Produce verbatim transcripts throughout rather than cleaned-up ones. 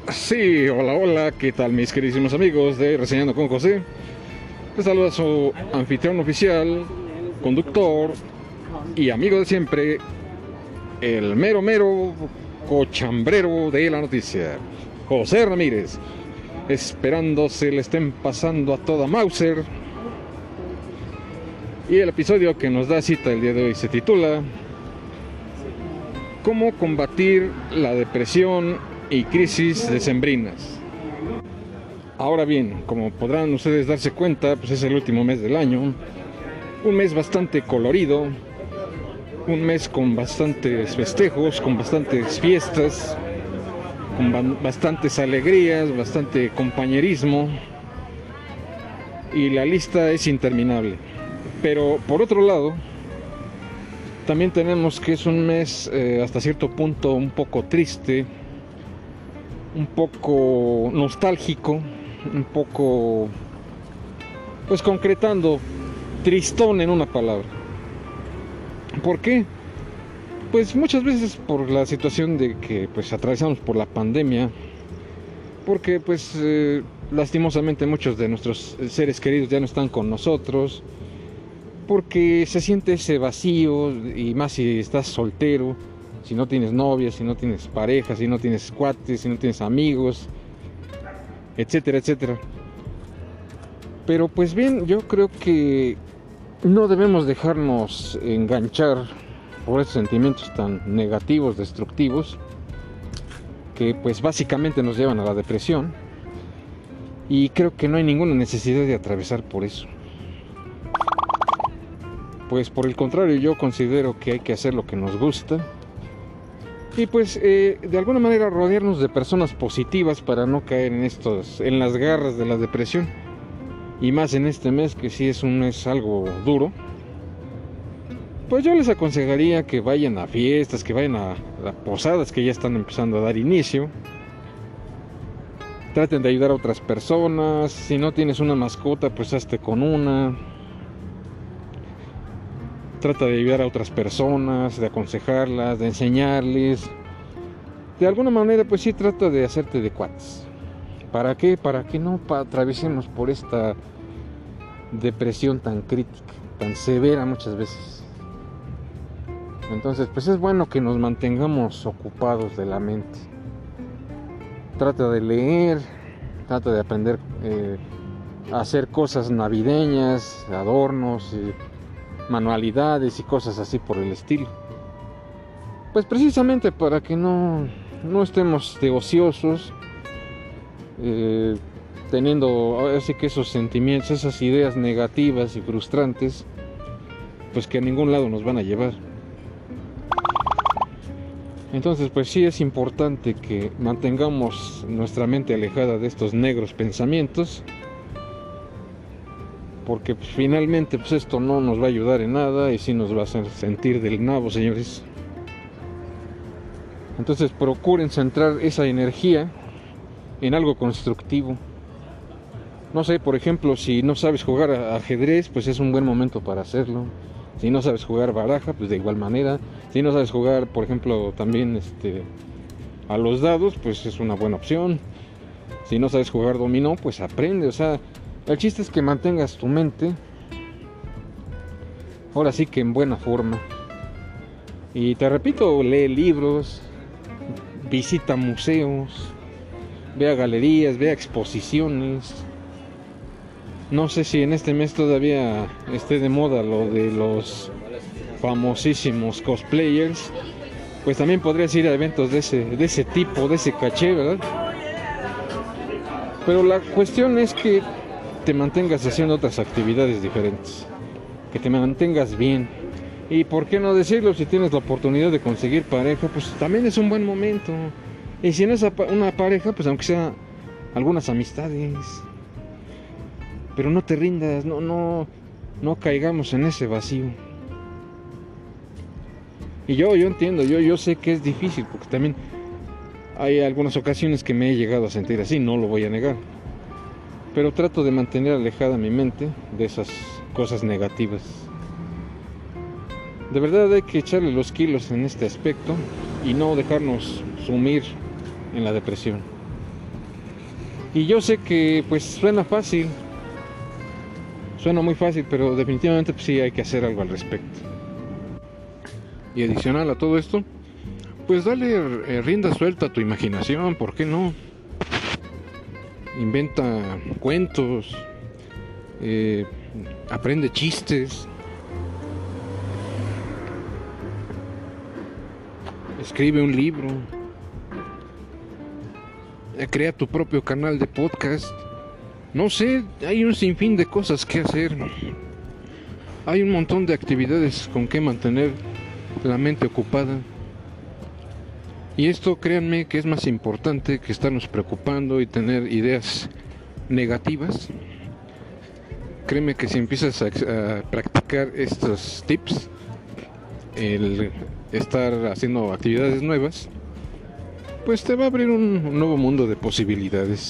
Sí, hola, hola, ¿qué tal mis queridísimos amigos de Reseñando con José? Les saluda su anfitrión oficial, conductor y amigo de siempre, el mero mero cochambrero de la noticia, José Ramírez, esperando se le estén pasando a toda Mauser. Y el episodio que nos da cita el día de hoy se titula ¿Cómo combatir la depresión y crisis decembrinas? Ahora bien, como podrán ustedes darse cuenta, pues es el último mes del año, un mes bastante colorido, un mes con bastantes festejos, con bastantes fiestas, con bastantes alegrías, bastante compañerismo, y la lista es interminable. Pero por otro lado, también tenemos que es un mes eh, hasta cierto punto un poco triste, un poco nostálgico, un poco, pues concretando, tristón en una palabra. ¿Por qué? Pues muchas veces por la situación de que pues atravesamos por la pandemia, porque pues eh, lastimosamente muchos de nuestros seres queridos ya no están con nosotros, porque se siente ese vacío, y más si estás soltero, si no tienes novia, si no tienes pareja, si no tienes cuates, si no tienes amigos, etcétera, etcétera. Pero pues bien, yo creo que no debemos dejarnos enganchar por esos sentimientos tan negativos, destructivos, que pues básicamente nos llevan a la depresión, y creo que no hay ninguna necesidad de atravesar por eso. Pues por el contrario, yo considero que hay que hacer lo que nos gusta y pues eh, de alguna manera rodearnos de personas positivas para no caer en estos, en las garras de la depresión, y más en este mes que sí es un mes algo duro. Pues yo les aconsejaría que vayan a fiestas, que vayan a, a posadas que ya están empezando a dar inicio. Traten de ayudar a otras personas. Si no tienes una mascota, pues hazte con una. Trata de ayudar a otras personas, de aconsejarlas, de enseñarles. De alguna manera, pues sí, trata de hacerte de cuates. ¿Para qué? Para que no atravesemos por esta depresión tan crítica, tan severa muchas veces. Entonces, pues es bueno que nos mantengamos ocupados de la mente. Trata de leer, trata de aprender eh, a hacer cosas navideñas, adornos, y manualidades y cosas así por el estilo, pues precisamente para que no, no estemos de ociosos eh, teniendo así que esos sentimientos, esas ideas negativas y frustrantes, pues que a ningún lado nos van a llevar. Entonces pues sí es importante que mantengamos nuestra mente alejada de estos negros pensamientos, porque pues, finalmente pues esto no nos va a ayudar en nada y sí nos va a hacer sentir del nabo, señores. Entonces procuren centrar esa energía en algo constructivo. No sé, por ejemplo, si no sabes jugar a ajedrez, pues es un buen momento para hacerlo. Si no sabes jugar baraja, pues de igual manera. Si no sabes jugar, por ejemplo, también este, a los dados, pues es una buena opción. Si no sabes jugar dominó, pues aprende, o sea... El chiste es que mantengas tu mente, ahora sí que en buena forma. Y te repito, lee libros, visita museos, ve a galerías, ve a exposiciones. No sé si en este mes todavía esté de moda lo de los famosísimos cosplayers. Pues también podrías ir a eventos de ese, de ese tipo, de ese caché, ¿verdad? Pero la cuestión es que te mantengas haciendo otras actividades diferentes, que te mantengas bien. Y por qué no decirlo, si tienes la oportunidad de conseguir pareja, pues también es un buen momento. Y si no es una pareja, pues aunque sea algunas amistades. Pero no te rindas, no, no, no caigamos en ese vacío. Y yo, yo entiendo, yo, yo sé que es difícil, porque también hay algunas ocasiones que me he llegado a sentir así, no lo voy a negar. Pero trato de mantener alejada mi mente de esas cosas negativas. De verdad hay que echarle los kilos en este aspecto y no dejarnos sumir en la depresión. Y yo sé que pues suena fácil, suena muy fácil, pero definitivamente pues, sí hay que hacer algo al respecto. Y adicional a todo esto, pues dale eh, rienda suelta a tu imaginación, ¿por qué no? Inventa cuentos, eh, aprende chistes, escribe un libro, eh, crea tu propio canal de podcast. No sé, hay un sinfín de cosas que hacer. Hay un montón de actividades con que mantener la mente ocupada. Y esto, créanme, que es más importante que estarnos preocupando y tener ideas negativas. Créeme que si empiezas a, a practicar estos tips, el estar haciendo actividades nuevas, pues te va a abrir un, un nuevo mundo de posibilidades.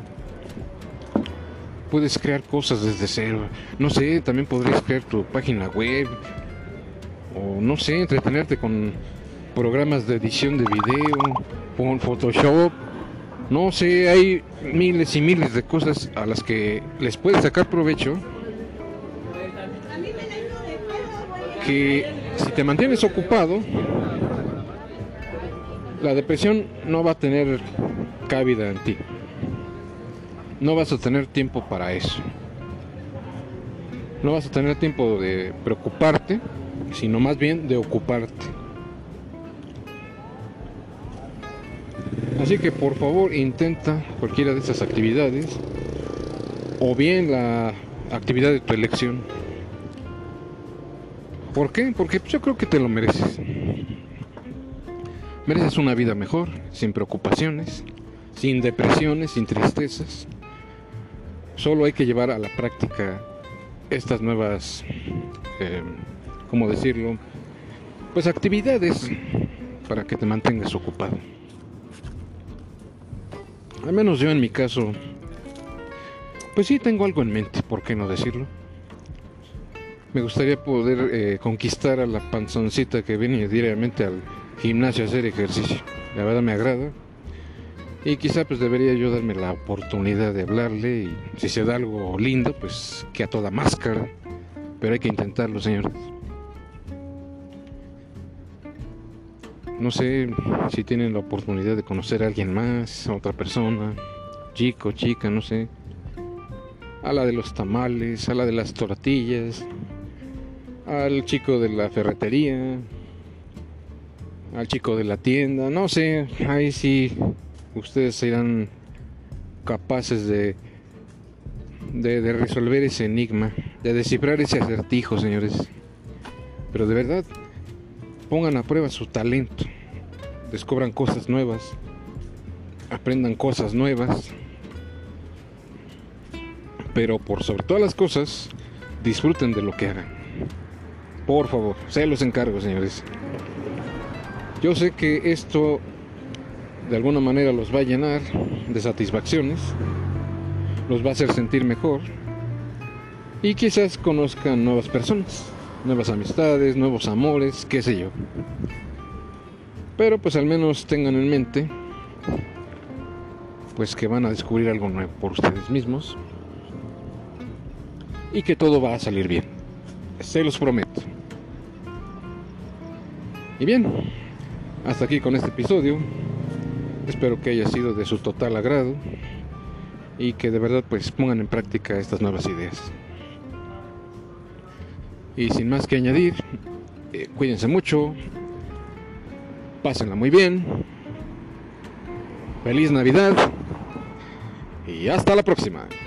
Puedes crear cosas desde cero. No sé, también podrías crear tu página web. O no sé, entretenerte con programas de edición de video, con Photoshop. No sé, hay miles y miles de cosas a las que les puedes sacar provecho. Que si te mantienes ocupado, la depresión no va a tener cabida en ti. No vas a tener tiempo para eso. No vas a tener tiempo de preocuparte, sino más bien de ocuparte. Así que por favor intenta cualquiera de esas actividades, o bien la actividad de tu elección. ¿Por qué? Porque yo creo que te lo mereces. Mereces una vida mejor, sin preocupaciones, sin depresiones, sin tristezas. Solo hay que llevar a la práctica estas nuevas, eh, ¿cómo decirlo? Pues actividades para que te mantengas ocupado. Al menos yo en mi caso, pues sí tengo algo en mente, ¿por qué no decirlo? Me gustaría poder eh, conquistar a la panzoncita que viene diariamente al gimnasio a hacer ejercicio. La verdad me agrada. Y quizá pues debería yo darme la oportunidad de hablarle, y si se da algo lindo, pues que a toda máscara. Pero hay que intentarlo, señores. No sé si tienen la oportunidad de conocer a alguien más, a otra persona, chico, chica, no sé. A la de los tamales, a la de las tortillas, al chico de la ferretería, al chico de la tienda, no sé, ahí sí ustedes serán capaces de, de, de resolver ese enigma, de descifrar ese acertijo, señores. Pero de verdad, pongan a prueba su talento, descubran cosas nuevas, aprendan cosas nuevas, pero por sobre todas las cosas, disfruten de lo que hagan. Por favor, se los encargo, señores. Yo sé que esto de alguna manera los va a llenar de satisfacciones, los va a hacer sentir mejor, y quizás conozcan nuevas personas, nuevas amistades, nuevos amores, qué sé yo. Pero pues al menos tengan en mente pues que van a descubrir algo nuevo por ustedes mismos y que todo va a salir bien, se los prometo. Y bien, hasta aquí con este episodio. Espero que haya sido de su total agrado y que de verdad pues pongan en práctica estas nuevas ideas. Y sin más que añadir, eh, cuídense mucho, pásenla muy bien, feliz Navidad y hasta la próxima.